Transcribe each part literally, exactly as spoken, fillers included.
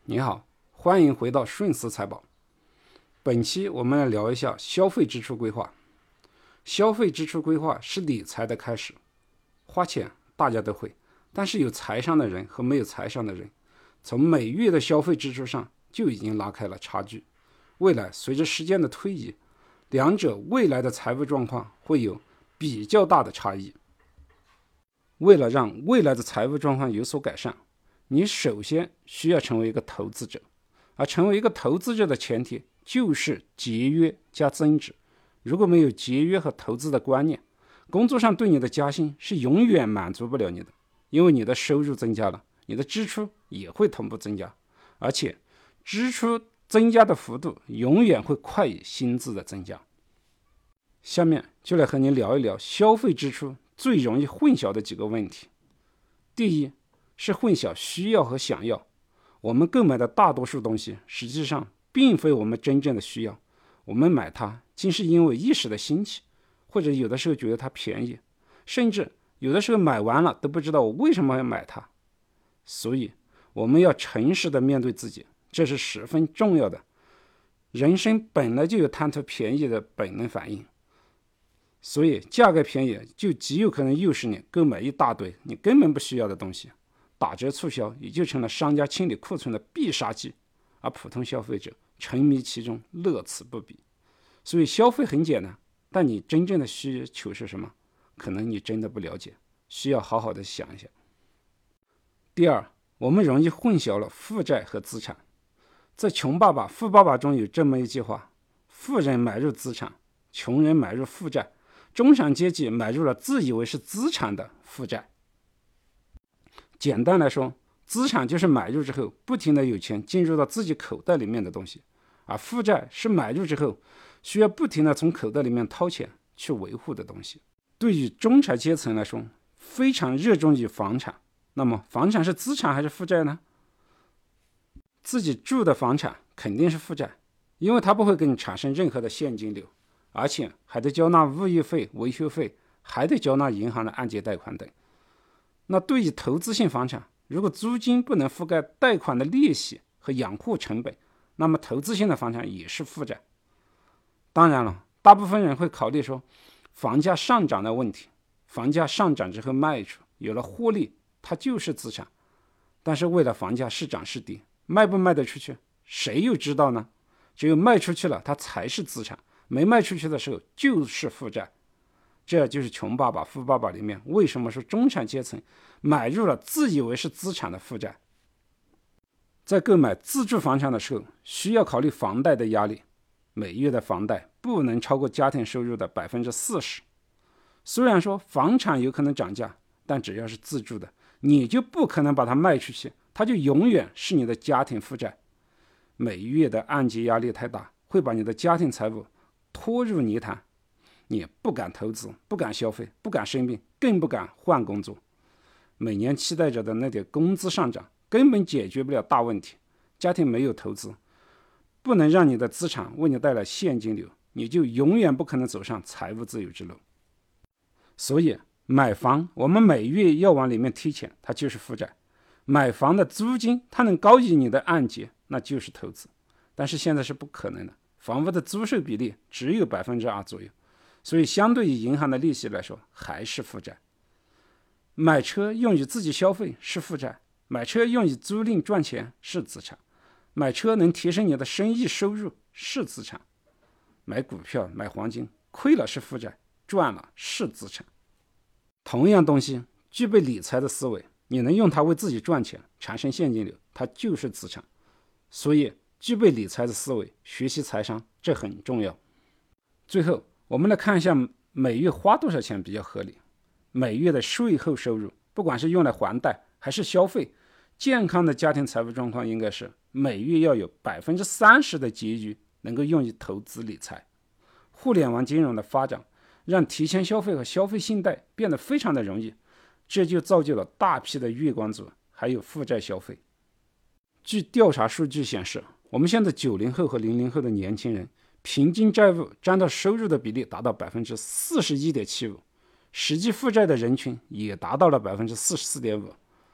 你好，欢迎回到顺思财宝。本期我们来聊一下消费支出规划。消费支出规划是理财的开始。花钱大家都会，但是有财商的人和没有财商的人，从每月的消费支出上就已经拉开了差距。未来随着时间的推移，两者未来的财务状况会有比较大的差异。为了让未来的财务状况有所改善，你首先需要成为一个投资者，而成为一个投资者的前提就是节约加增值。如果没有节约和投资的观念，工作上对你的加薪是永远满足不了你的，因为你的收入增加了，你的支出也会同步增加，而且支出增加的幅度永远会快于薪资的增加。下面就来和你聊一聊消费支出最容易混淆的几个问题。第一是混淆需要和想要。我们购买的大多数东西实际上并非我们真正的需要，我们买它仅是因为一时的兴起，或者有的时候觉得它便宜，甚至有的时候买完了都不知道我为什么要买它。所以我们要诚实的面对自己，这是十分重要的。人生本来就有贪图便宜的本能反应，所以价格便宜就极有可能诱使你购买一大堆你根本不需要的东西。打折促销也就成了商家清理库存的必杀技，而普通消费者沉迷其中，乐此不疲。所以消费很简单，但你真正的需求是什么？可能你真的不了解，需要好好的想一想。第二，我们容易混淆了负债和资产。在《穷爸爸富爸爸》中有这么一句话：富人买入资产，穷人买入负债，中产阶级买入了自以为是资产的负债。简单来说，资产就是买入之后不停的有钱进入到自己口袋里面的东西，而负债是买入之后需要不停的从口袋里面掏钱去维护的东西。对于中产阶层来说，非常热衷于房产。那么房产是资产还是负债呢？自己住的房产肯定是负债，因为它不会给你产生任何的现金流，而且还得交纳物业费、维修费，还得交纳银行的按揭贷款等。那对于投资性房产，如果租金不能覆盖贷款的利息和养护成本，那么投资性的房产也是负债。当然了，大部分人会考虑说房价上涨的问题，房价上涨之后卖出，有了获利，它就是资产。但是为了房价是涨是跌，卖不卖得出去，谁又知道呢？只有卖出去了，它才是资产，没卖出去的时候就是负债。这就是《穷爸爸富爸爸》里面为什么说中产阶层买入了自以为是资产的负债。在购买自住房产的时候，需要考虑房贷的压力，每月的房贷不能超过家庭收入的 百分之四十。 虽然说房产有可能涨价，但只要是自住的，你就不可能把它卖出去，它就永远是你的家庭负债。每月的按揭压力太大，会把你的家庭财务拖入泥潭，你不敢投资，不敢消费，不敢生病，更不敢换工作。每年期待着的那点工资上涨根本解决不了大问题。家庭没有投资，不能让你的资产为你带来现金流，你就永远不可能走上财务自由之路。所以买房我们每月要往里面提钱，它就是负债。买房的租金它能高于你的按揭，那就是投资。但是现在是不可能的，房屋的租售比例只有 百分之二 左右，所以相对于银行的利息来说还是负债。买车用于自己消费是负债，买车用于租赁赚钱是资产，买车能提升你的生意收入是资产。买股票买黄金亏了是负债，赚了是资产。同样东西具备理财的思维，你能用它为自己赚钱产生现金流，它就是资产。所以具备理财的思维，学习财商，这很重要。最后我们来看一下每月花多少钱比较合理。每月的税后收入，不管是用来还贷还是消费，健康的家庭财务状况应该是每月要有 百分之三十 的结余能够用于投资理财。互联网金融的发展让提前消费和消费信贷变得非常的容易，这就造就了大批的月光族还有负债消费。据调查数据显示，我们现在九零后和零零后的年轻人平均债务占到收入的比例达到 百分之四十一点七五， 实际负债的人群也达到了 百分之四十四点五。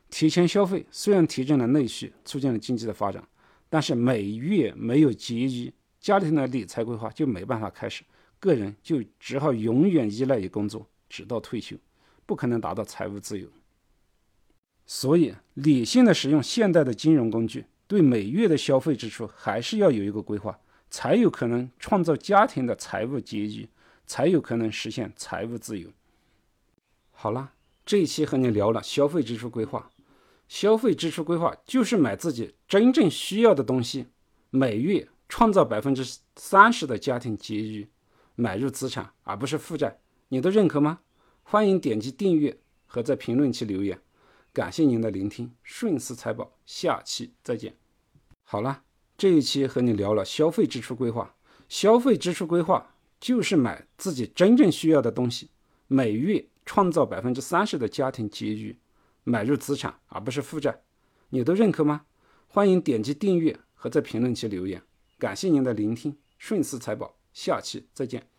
提前消费虽然提振了内需，促进了经济的发展，但是每月没有结余，家庭的理财规划就没办法开始，个人就只好永远依赖于工作，直到退休，不可能达到财务自由。所以，理性的使用现代的金融工具，对每月的消费支出还是要有一个规划，才有可能创造家庭的财务结余，才有可能实现财务自由。好了，这一期和你聊了消费支出规划。消费支出规划就是买自己真正需要的东西，每月创造百分之三十的家庭结余，买入资产而不是负债。你都认可吗？欢迎点击订阅和在评论区留言。感谢您的聆听，顺思财宝，下期再见。好了，这一期和你聊了消费支出规划。消费支出规划就是买自己真正需要的东西，每月创造百分之三十的家庭结余，买入资产而不是负债。你都认可吗？欢迎点击订阅和在评论区留言。感谢您的聆听，顺思财宝，下期再见。